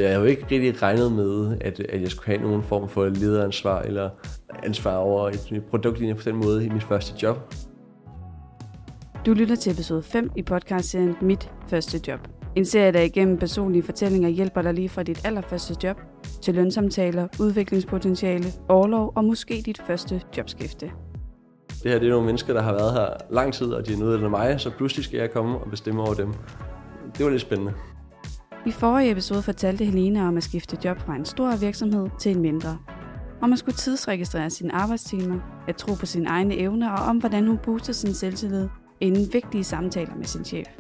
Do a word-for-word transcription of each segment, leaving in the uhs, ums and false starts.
Jeg havde jo ikke rigtig regnet med, at, at jeg skulle have nogen form for lederansvar eller ansvar over et produktlinje på den måde i mit første job. Du lytter til episode fem i podcastserien Mit Første Job. En serie, der igennem personlige fortællinger hjælper dig lige fra dit allerførste job til lønsamtaler, udviklingspotentiale, orlov og måske dit første jobskifte. Det her det er nogle mennesker, der har været her lang tid, og de er nødt af mig, så pludselig skal jeg komme og bestemme over dem. Det var lidt spændende. I forrige episode fortalte Helene om at skifte job fra en stor virksomhed til en mindre. Om man skulle tidsregistrere sine arbejdstimer, at tro på sine egne evner og om hvordan hun booster sin selvtillid inden vigtige samtaler med sin chef.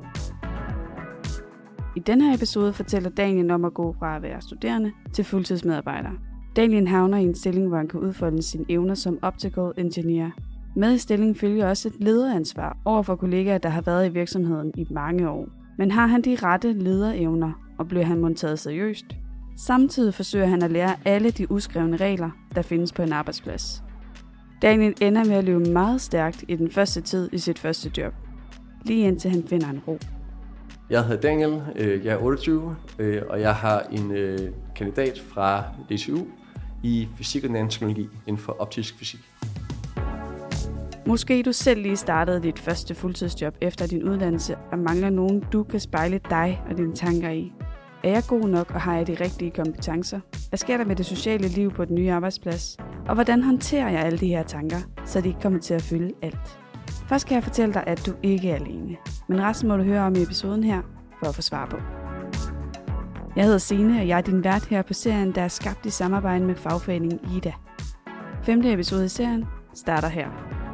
I denne her episode fortæller Daniel om at gå fra at være studerende til fuldtidsmedarbejder. Daniel havner i en stilling, hvor han kan udfolde sine evner som optical engineer. Med i stillingen følger også et lederansvar over for kollegaer, der har været i virksomheden i mange år. Men har han de rette lederevner, og bliver han monteret seriøst? Samtidig forsøger han at lære alle de uskrevne regler, der findes på en arbejdsplads. Daniel ender med at løbe meget stærkt i den første tid i sit første job, lige indtil han finder en ro. Jeg hedder Daniel, jeg er otteogtyve, og jeg har en kandidat fra D T U i fysik og nanoteknologi inden for optisk fysik. Måske du selv lige startede dit første fuldtidsjob efter din uddannelse og mangler nogen, du kan spejle dig og dine tanker i. Er jeg god nok, og har jeg de rigtige kompetencer? Hvad sker der med det sociale liv på den nye arbejdsplads? Og hvordan håndterer jeg alle de her tanker, så de ikke kommer til at fylde alt? Først skal jeg fortælle dig, at du ikke er alene. Men resten må du høre om i episoden her, for at få svar på. Jeg hedder Signe, og jeg er din vært her på serien, der er skabt i samarbejde med fagforeningen I D A. Femte episode i serien starter her.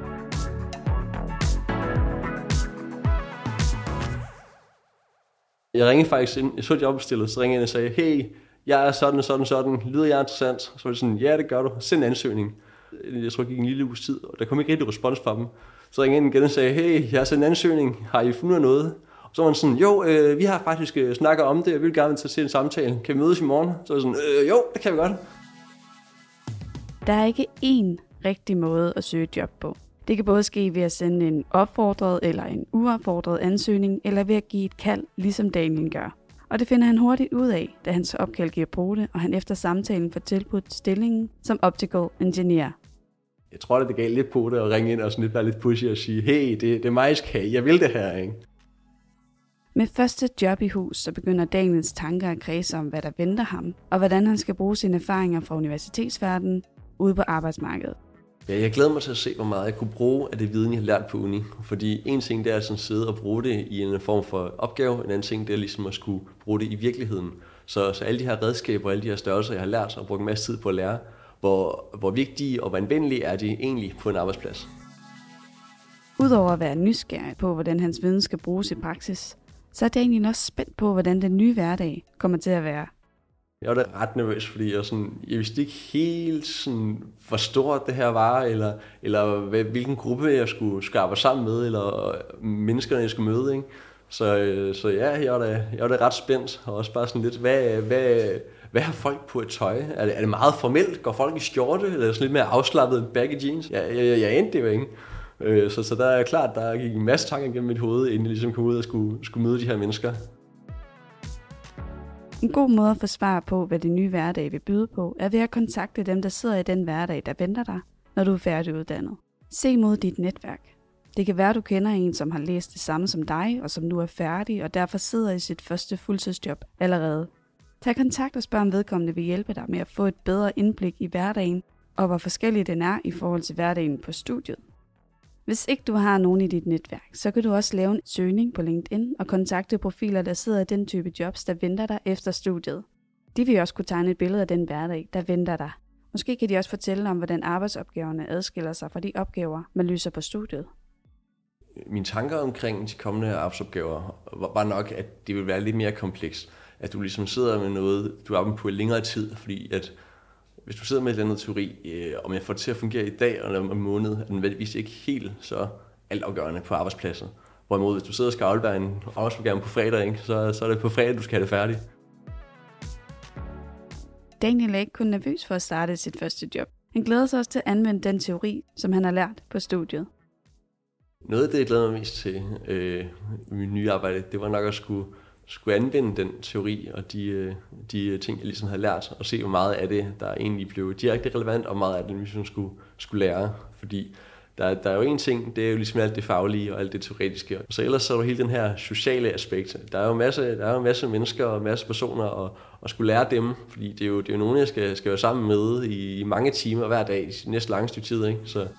Jeg ringede faktisk ind, jeg så et jobbestillet, så ringede jeg ind og sagde, hey, jeg er sådan og sådan og sådan, lyder jeg interessant? Så var det sådan, ja det gør du, send en ansøgning. Jeg tror det gik en lille uges tid, og der kom ikke rigtig respons fra dem. Så ringede jeg ind igen og sagde, hey, jeg har sendt en ansøgning, har I fundet noget? Og så var man sådan, jo, øh, vi har faktisk øh, snakket om det, jeg vil gerne tage til en samtale, kan vi mødes i morgen? Så var jeg sådan, øh, jo, det kan vi godt. Der er ikke én rigtig måde at søge et job på. Det kan både ske ved at sende en opfordret eller en uopfordret ansøgning, eller ved at give et kald, ligesom Daniel gør. Og det finder han hurtigt ud af, da hans opkald giver på det, og han efter samtalen får tilbudt stillingen som optical engineer. Jeg tror, at det gav lidt på det at ringe ind og sådan lidt, være lidt pushy og sige, hey, det, det er mig, skal jeg vil det her, ikke? Med første job i hus, så begynder Daniels tanker at kredse om, hvad der venter ham, og hvordan han skal bruge sine erfaringer fra universitetsverdenen ude på arbejdsmarkedet. Ja, jeg glæder mig til at se, hvor meget jeg kunne bruge af det viden, jeg har lært på uni. Fordi en ting, det er at sådan sidde og bruge det i en form for opgave. En anden ting, det er ligesom at skulle bruge det i virkeligheden. Så, så alle de her redskaber, alle de her størrelser, jeg har lært og brugt en masse tid på at lære, hvor, hvor vigtige og hvor anvendelige er de egentlig på en arbejdsplads. Udover at være nysgerrig på, hvordan hans viden skal bruges i praksis, så er Daniel også spændt på, hvordan den nye hverdag kommer til at være. Jeg var da ret nervøs, fordi jeg, sådan, jeg vidste ikke helt, sådan, hvor stort det her var, eller, eller hvilken gruppe jeg skulle, skulle arbejde sammen med, eller menneskerne, jeg skulle møde. Ikke? Så, så ja, jeg var, da, jeg var da ret spændt, og også bare sådan lidt, hvad, hvad, hvad har folk på et tøj? Er det, er det meget formelt? Går folk i skjorte, eller er det sådan lidt mere afslappet baggy jeans? Jeg, jeg, jeg, jeg endte det jo ikke. Så, så der er klart, der gik en masse tanker gennem mit hoved, inden jeg ligesom kom ud og skulle, skulle møde de her mennesker. En god måde at få svar på, hvad det nye hverdag vil byde på, er ved at kontakte dem, der sidder i den hverdag, der venter dig, når du er færdiguddannet. Se mod dit netværk. Det kan være, du kender en, som har læst det samme som dig, og som nu er færdig, og derfor sidder i sit første fuldtidsjob allerede. Tag kontakt og spørg, om vedkommende vil hjælpe dig med at få et bedre indblik i hverdagen, og hvor forskellig den er i forhold til hverdagen på studiet. Hvis ikke du har nogen i dit netværk, så kan du også lave en søgning på LinkedIn og kontakte profiler, der sidder i den type jobs, der venter dig efter studiet. De vil også kunne tegne et billede af den hverdag, der venter dig. Måske kan de også fortælle om, hvordan arbejdsopgaverne adskiller sig fra de opgaver, man løser på studiet. Mine tanker omkring de kommende arbejdsopgaver var nok, at det vil være lidt mere komplekst. At du ligesom sidder med noget, du arbejder på i længere tid, fordi at hvis du sidder med et eller andet teori, øh, om jeg får det til at fungere i dag eller om en måned, er den nødvendigvis ikke helt så altafgørende på arbejdspladsen. Hvorimod, hvis du sidder og skal aflevere en arbejdsprogram på fredag, ikke, så, så er det på fredag, du skal have det færdigt. Daniel er ikke kun nervøs for at starte sit første job. Han glæder sig også til at anvende den teori, som han har lært på studiet. Noget af det, jeg glæder mig mest til øh, i mit nye arbejde, det var nok at skulle skulle anvende den teori og de, de ting, jeg ligesom havde lært, og se, hvor meget af det, der egentlig blev direkte relevant, og meget af det, vi ligesom skulle, skulle lære. Fordi der, der er jo en ting, det er jo ligesom alt det faglige og alt det teoretiske. Og så ellers så er der hele den her sociale aspekt. Der er jo en masse, der er jo en masse mennesker og en masse personer, og, og skulle lære dem, fordi det er jo, det er jo nogen, jeg skal, skal være sammen med i, i mange timer hver dag, i næste lange stykke tid, ikke? Så.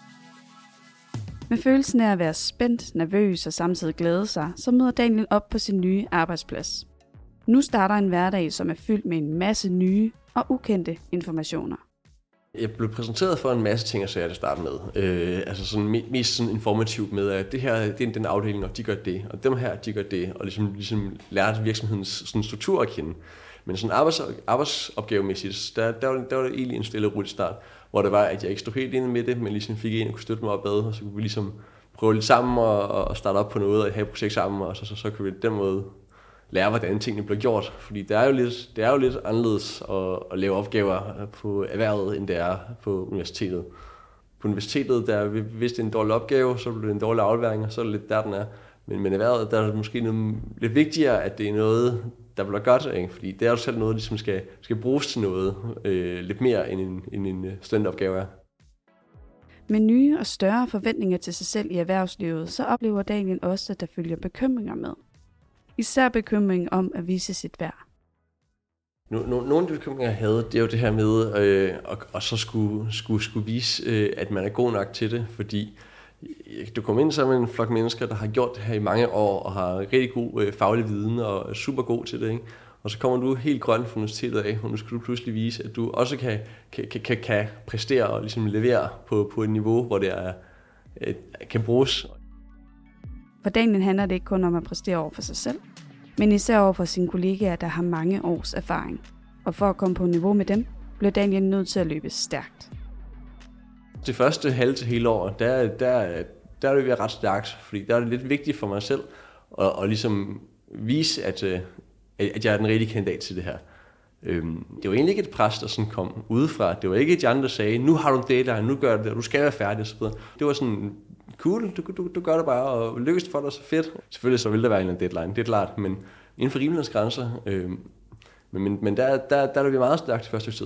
Med følelsen af at være spændt, nervøs og samtidig glæde sig, så møder Daniel op på sin nye arbejdsplads. Nu starter en hverdag, som er fyldt med en masse nye og ukendte informationer. Jeg blev præsenteret for en masse ting, så jeg at starte med. Øh, altså sådan mest sådan informativt med, at det her det er den afdeling, og de gør det, og dem her, de gør det, og ligesom, ligesom lærte virksomhedens sådan struktur at kende. Men sådan arbejds, arbejdsopgavemæssigt, der, der, var, der var det egentlig en stille og rolig start, hvor det var, at jeg ikke stod helt inde med det, men ligesom fik en, der kunne støtte mig opad, og så kunne vi ligesom prøve lidt sammen og, og starte op på noget, og have et projekt sammen, og så, så, så kunne vi den måde lære, hvordan tingene bliver gjort. Fordi det er jo lidt, det er jo lidt anderledes at, at lave opgaver på erhvervet, end det er på universitetet. På universitetet, der, hvis det er en dårlig opgave, så bliver det en dårlig aflevering, og så er det lidt der, den er. Men, men erhvervet, der er det måske noget, lidt vigtigere, at det er noget, der bliver godt, ikke? Fordi det er jo selv noget, der ligesom skal, skal bruges til noget øh, lidt mere, end en, end en studenteropgave er. Med nye og større forventninger til sig selv i erhvervslivet, så oplever Daniel også, at der følger bekymringer med. Især bekymring om at vise sit værd. Nogle af de bekymringer, jeg havde, det er jo det her med øh, at, at så skulle, skulle, skulle vise, øh, at man er god nok til det, fordi du kommer ind sammen med en flok mennesker, der har gjort det her i mange år, og har rigtig god øh, faglig viden, og er super god til det, ikke? Og så kommer du helt grøn fra universitetet af, og nu skal du pludselig vise, at du også kan, kan, kan, kan præstere og ligesom levere på, på et niveau, hvor det er, øh, kan bruges. For Daniel handler det ikke kun om at præstere over for sig selv, men især over for sine kollegaer, der har mange års erfaring. Og for at komme på niveau med dem, bliver Daniel nødt til at løbe stærkt. Det første halve til hele år, der, der, der er det ved ret stærkt, fordi der er det lidt vigtigt for mig selv at, at ligesom vise, at, at jeg er den rigtige kandidat til det her. Det var egentlig ikke et pres, der sådan kom udefra. Det var ikke de andre, der sagde, nu har du det der, nu gør du det, du skal være færdig osv. Det var sådan, cool, du, du, du gør det bare, og lykkes for dig, så fedt. Selvfølgelig så vil der være en deadline, det er klart, men inden for rimelighedens grænser. Øh, men men, men der, der, der er det meget stærkt til første tid.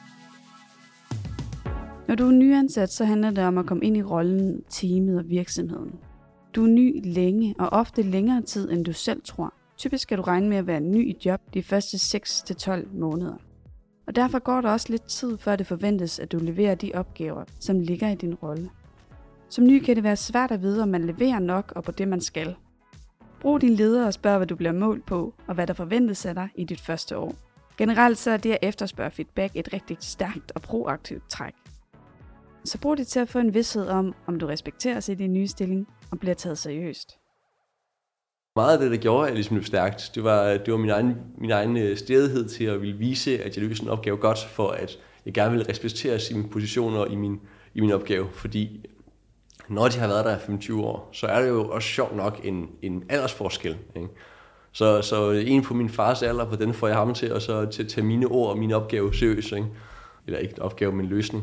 Når du er nyansat, så handler det om at komme ind i rollen, teamet og virksomheden. Du er ny længe, og ofte længere tid, end du selv tror. Typisk skal du regne med at være ny i job de første seks til tolv måneder. Og derfor går der også lidt tid, før det forventes, at du leverer de opgaver, som ligger i din rolle. Som ny kan det være svært at vide, om man leverer nok og på det, man skal. Brug din leder og spørg, hvad du bliver målt på, og hvad der forventes af dig i dit første år. Generelt så er det at efterspørge feedback et rigtig stærkt og proaktivt træk. Så brug det til at få en vished om, om du respekteres i din nye stilling og bliver taget seriøst. Meget af det, der gjorde, at jeg ligesom blev stærkt, det var, det var min egen, min egen stædighed til at ville vise, at jeg løste en opgave godt, for at jeg gerne ville respekteres i mine positioner i min, i min opgave. Fordi når de har været der i femogtyve år, så er det jo også sjovt nok en, en aldersforskel, ikke? Så, så en på min fars alder, hvordan får jeg ham til at, så, til at tage mine ord og mine opgaver seriøst, ikke? Eller ikke en opgave, men en løsning.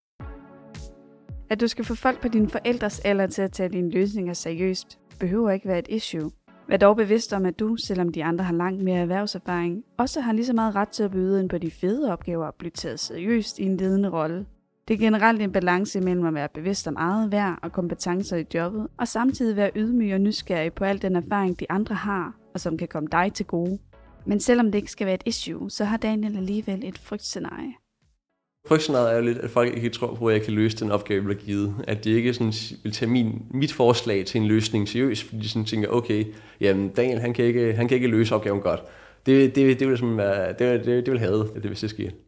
At du skal få folk på dine forældres alder til at tage dine løsninger seriøst, behøver ikke være et issue. Vær dog bevidst om, at du, selvom de andre har langt mere erhvervserfaring, også har lige så meget ret til at byde ind på de fede opgaver og blive taget seriøst i en ledende rolle. Det er generelt en balance mellem at være bevidst om eget værd og kompetencer i jobbet, og samtidig være ydmyg og nysgerrig på al den erfaring, de andre har, og som kan komme dig til gode. Men selvom det ikke skal være et issue, så har Daniel alligevel et frygtscenarie. Frygtscenariet er jo lidt, at folk ikke tror på, at jeg kan løse den opgave, jeg bliver givet. At de ikke sådan vil tage min, mit forslag til en løsning seriøst, fordi de sådan tænker, okay, jamen Daniel, han kan ikke, han kan ikke løse opgaven godt. Det, det, det, vil, sådan være, det, det, det vil have det, det, hvis det sker.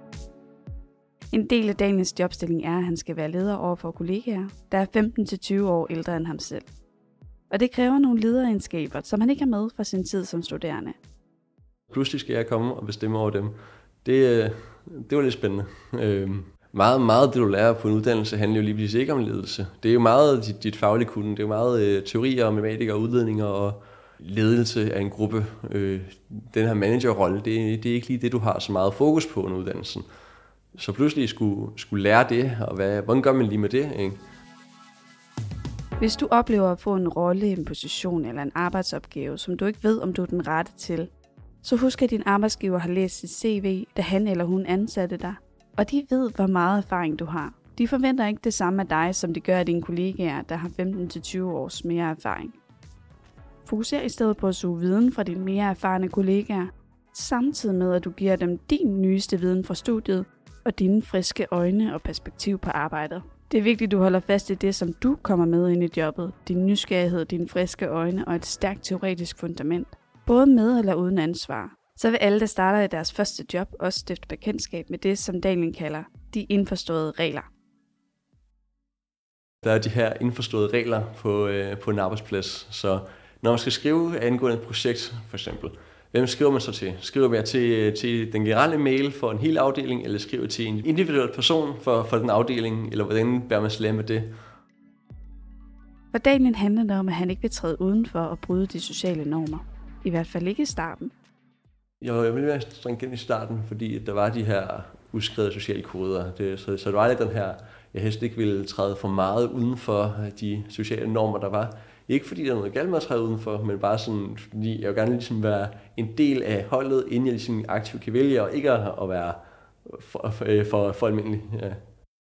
En del af Daniels jobstilling er, at han skal være leder over for kollegaer, der er femten til tyve år ældre end ham selv. Og det kræver nogle lederegenskaber, som han ikke har med fra sin tid som studerende. Pludselig skal jeg komme og bestemme over dem. Det, det var lidt spændende. Øhm, meget, meget det, du lærer på en uddannelse, handler jo lige pludselig ikke om ledelse. Det er jo meget dit, dit faglige kunde. Det er jo meget øh, teorier og matematik og udledninger og ledelse af en gruppe. Øh, den her managerrolle, det, det er ikke lige det, du har så meget fokus på under uddannelsen. Så pludselig skulle, skulle lære det, og hvad, hvordan gør man lige med det, ikke? Hvis du oplever at få en rolle, en position eller en arbejdsopgave, som du ikke ved, om du er den rette til, så husk, at din arbejdsgiver har læst sit C V, da han eller hun ansatte dig, og de ved, hvor meget erfaring du har. De forventer ikke det samme af dig, som de gør af dine kollegaer, der har femten til tyve års mere erfaring. Fokuser i stedet på at suge viden fra dine mere erfarne kollegaer, samtidig med at du giver dem din nyeste viden fra studiet og dine friske øjne og perspektiv på arbejdet. Det er vigtigt, at du holder fast i det, som du kommer med ind i jobbet, din nysgerrighed, dine friske øjne og et stærkt teoretisk fundament. Både med eller uden ansvar. Så vil alle, der starter i deres første job, også stifte bekendtskab med det, som Daniel kalder de indforståede regler. Der er de her indforståede regler på, øh, på en arbejdsplads, så når man skal skrive angående et projekt, for eksempel, hvem skriver man så til? Skriver man til, til den generelle mail for en hel afdeling, eller skriver til en individuel person for, for den afdeling, eller hvordan bærer man slemme med det? For Daniel handler det om, at han ikke vil træde udenfor og bryde de sociale normer. I hvert fald ikke i starten. Jeg ville være stringent i starten, fordi der var de her uskrevne sociale koder. Det, så, så det var lidt den her, jeg helst ikke ville træde for meget uden for de sociale normer, der var. Ikke fordi der er noget galt med at træde udenfor, men bare sådan, fordi jeg vil gerne ligesom være en del af holdet, inden jeg ligesom aktivt kan vælge, og ikke at være for, for, for, for almindelig. Ja.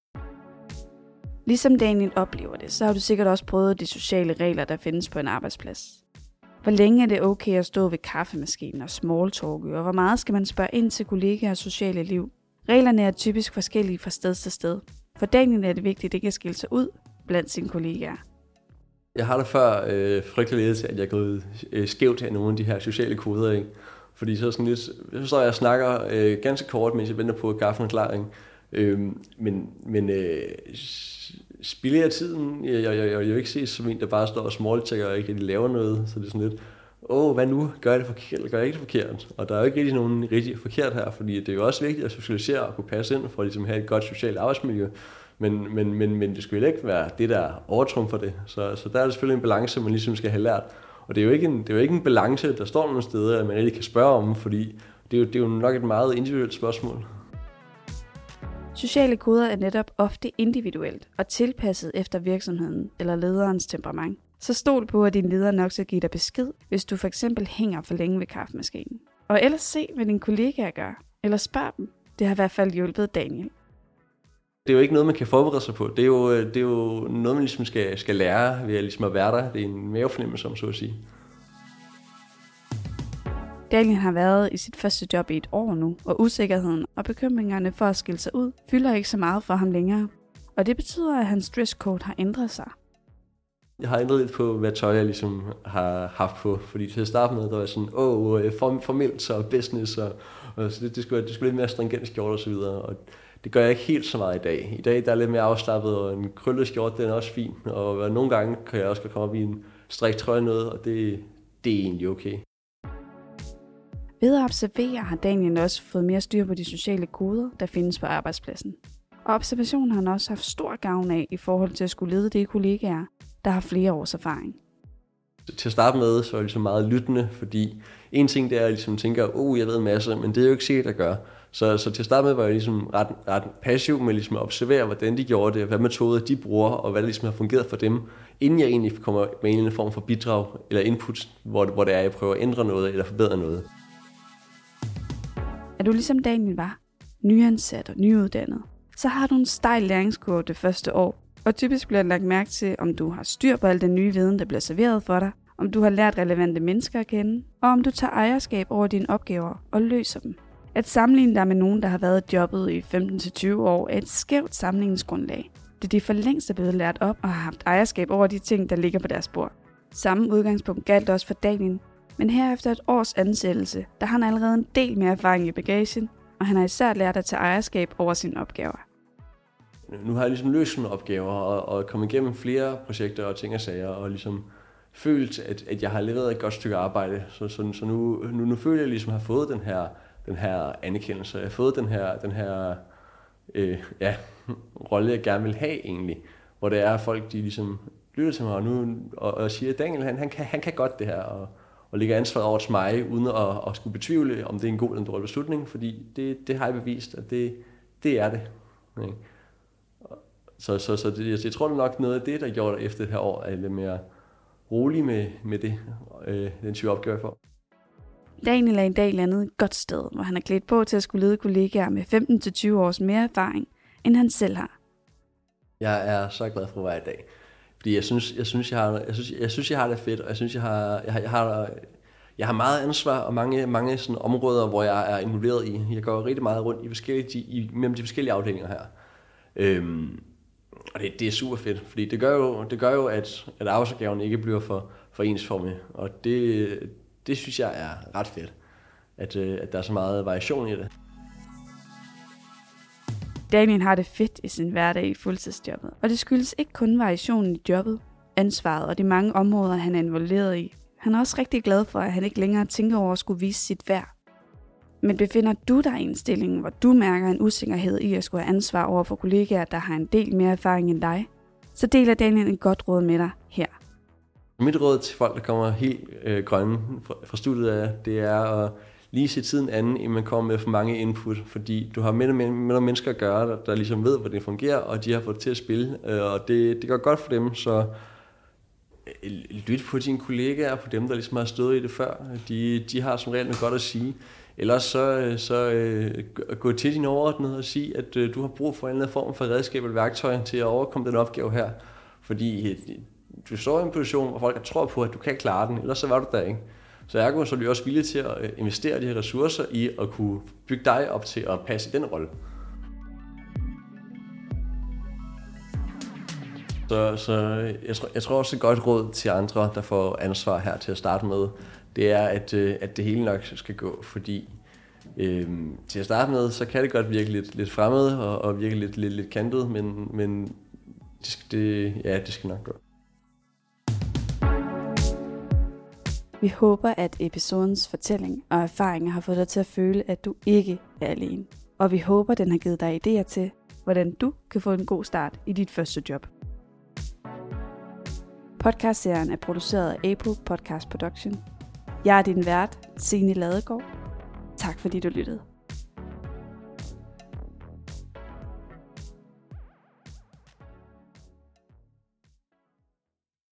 Ligesom Daniel oplever det, så har du sikkert også prøvet de sociale regler, der findes på en arbejdsplads. Hvor længe er det okay at stå ved kaffemaskinen og smalltalke, og hvor meget skal man spørge ind til kollegaers sociale liv? Reglerne er typisk forskellige fra sted til sted. For Daniel er det vigtigt ikke at skille sig ud blandt sine kollegaer. Jeg har da før øh, frygtelig lidt til, at jeg er gået øh, skævt af nogle af de her sociale koder, ikke? Fordi så sådan lidt, så står jeg og snakker øh, ganske kort, mens jeg venter på, at kaffen er klar, ikke? Øh, men men øh, spilder jeg tiden? Jeg, jeg, jeg, jeg vil ikke se som en, der bare står og smalltalker og ikke rigtig laver noget, så det er sådan lidt, åh, hvad nu? Gør jeg det forkert, eller gør jeg ikke det forkert? Og der er jo ikke rigtig nogen rigtig forkert her, fordi det er jo også vigtigt at socialisere og kunne passe ind, for at ligesom have et godt socialt arbejdsmiljø. Men, men, men, men det skulle ikke være det, der overtrumfer det. Så, så der er det selvfølgelig en balance, man ligesom skal have lært. Og det er jo ikke en, det er jo ikke en balance, der står nogle steder, at man rigtig kan spørge om, fordi det er, jo, det er jo nok et meget individuelt spørgsmål. Sociale koder er netop ofte individuelt og tilpasset efter virksomheden eller lederens temperament. Så stol på, at din leder nok skal give dig besked, hvis du for eksempel hænger for længe ved kaffemaskinen. Og ellers se, hvad dine kollegaer gør, eller spørg dem. Det har i hvert fald hjulpet Daniel. Det er jo ikke noget, man kan forberede sig på. Det er jo, det er jo noget, man ligesom skal, skal lære ved at, ligesom at være der. Det er en mavefornemmelse, om så at sige. Daniel har været i sit første job i et år nu, og usikkerheden og bekymringerne for at skille sig ud fylder ikke så meget for ham længere. Og det betyder, at hans dresscode har ændret sig. Jeg har ændret lidt på, hvad tøj jeg ligesom har haft på. Fordi til at starte med, der var sådan, åh, formelt og business, og, og så det, det, skulle, det skulle lidt mere stringent skjorte og så videre. Og det gør jeg ikke helt så meget i dag. I dag der er lidt mere afslappet, og en krøllet skjorte, den er også fin. Og nogle gange kan jeg også komme op i en striktrøje noget, og det, det er egentlig okay. Ved at observere har Daniel også fået mere styr på de sociale koder, der findes på arbejdspladsen. Og observationen har han også haft stor gavn af i forhold til at skulle lede de kollegaer, der har flere års erfaring. Til at starte med, så er jeg ligesom meget lyttende, fordi en ting det er, at jeg ligesom tænker, åh, oh, jeg ved en masse, men det er jo ikke sikkert at gøre. Så, så til at starte med var jeg ligesom ret, ret passiv med ligesom at observere, hvordan de gjorde det, hvad metoder de bruger, og hvad der ligesom har fungeret for dem, inden jeg egentlig kommer med en eller anden form for bidrag eller input, hvor, hvor det er, jeg prøver at ændre noget eller forbedre noget. Er du ligesom Daniel var, nyansat og nyuddannet, så har du en stejl læringskurve det første år, og typisk bliver lagt mærke til, om du har styr på al den nye viden, der bliver serveret for dig, om du har lært relevante mennesker at kende, og om du tager ejerskab over dine opgaver og løser dem. At sammenligne dig med nogen, der har været i jobbet i femten til tyve år, er et skævt sammenligningsgrundlag. Det de for længst er blevet lært op og har haft ejerskab over de ting, der ligger på deres bord. Samme udgangspunkt galt også for Daniel, men her efter et års ansættelse, der har han allerede en del mere erfaring i bagagen, og han har især lært at tage ejerskab over sine opgaver. Nu har jeg ligesom løst nogle opgaver og, og kommet igennem flere projekter og ting og sager, og ligesom følt, at, at jeg har leveret et godt stykke arbejde. Så, så, så nu, nu, nu føler jeg ligesom, at jeg har fået den her, den her anerkendelse. Jeg har fået den her, den her øh, ja, rolle, jeg gerne vil have egentlig. Hvor det er, at folk de ligesom lytter til mig og, nu, og, og siger, at Daniel han, han, kan, han kan godt det her. Og, og lægger ansvaret over til mig, uden at, at skulle betvivle, om det er en god eller en dårlig beslutning. Fordi det, det har jeg bevist, at det, det er det. så, så, så det, jeg tror det er nok noget af det, der gjorde det efter det her år, er lidt mere rolig med, med det, øh, den type opgave, jeg får. Daniel er i dag landet et godt sted, hvor han er klædt på til at skulle lede kollegaer med femten til tyve års mere erfaring, end han selv har. Jeg er så glad for at være i dag, fordi jeg synes, jeg synes, jeg har, jeg synes, jeg synes, jeg har det fedt, og jeg synes, jeg har, jeg har, jeg har, jeg har meget ansvar og mange, mange sådan områder, hvor jeg er involveret i. Jeg går rigtig meget rundt i forskellige, i, mellem de forskellige afdelinger her. Øhm, og det, det er super fedt, fordi det gør jo, det gør jo at, at arbejdsopgaven ikke bliver for, for ensformig, og det, det synes jeg er ret fedt, at, at der er så meget variation i det. Daniel har det fedt i sin hverdag i fuldtidsjobbet, og det skyldes ikke kun variationen i jobbet, ansvaret og de mange områder, han er involveret i. Han er også rigtig glad for, at han ikke længere tænker over at skulle vise sit værd. Men befinder du dig i en stilling, hvor du mærker en usikkerhed i at skulle have ansvar over for kollegaer, der har en del mere erfaring end dig, så deler Daniel et godt råd med dig her. Mit råd til folk, der kommer helt øh, grønne fra, fra studiet af, det er at lige se tiden anden, inden man kommer med for mange input, fordi du har med, med, med nogle mennesker at gøre, der, der ligesom ved, hvordan det fungerer, og de har fået det til at spille, øh, og det, det går godt for dem, så øh, lyt på dine kollegaer, på dem, der ligesom har stået i det før. De, de har som regel noget godt at sige. Ellers så, så øh, gå til dine overordnede og sige, at øh, du har brug for en eller anden form for redskab eller værktøj til at overkomme den opgave her, fordi øh, du står i en position, hvor folk tror på, at du kan klare den, ellers så var du der ikke. Så ergo så er du også villig til at investere de her ressourcer i at kunne bygge dig op til at passe i den rolle. Så, så jeg, tror, jeg tror også et godt råd til andre, der får ansvar her til at starte med, det er, at, at det hele nok skal gå, fordi øhm, til at starte med, så kan det godt virke lidt, lidt fremmed og, og virke lidt, lidt, lidt kantet, men, men det, skal, det, ja, det skal nok gå. Vi håber, at episodens fortælling og erfaringer har fået dig til at føle, at du ikke er alene. Og vi håber, den har givet dig idéer til, hvordan du kan få en god start i dit første job. Podcastserien er produceret af Apple Podcast Production. Jeg er din vært, Signe Ladegaard. Tak fordi du lyttede.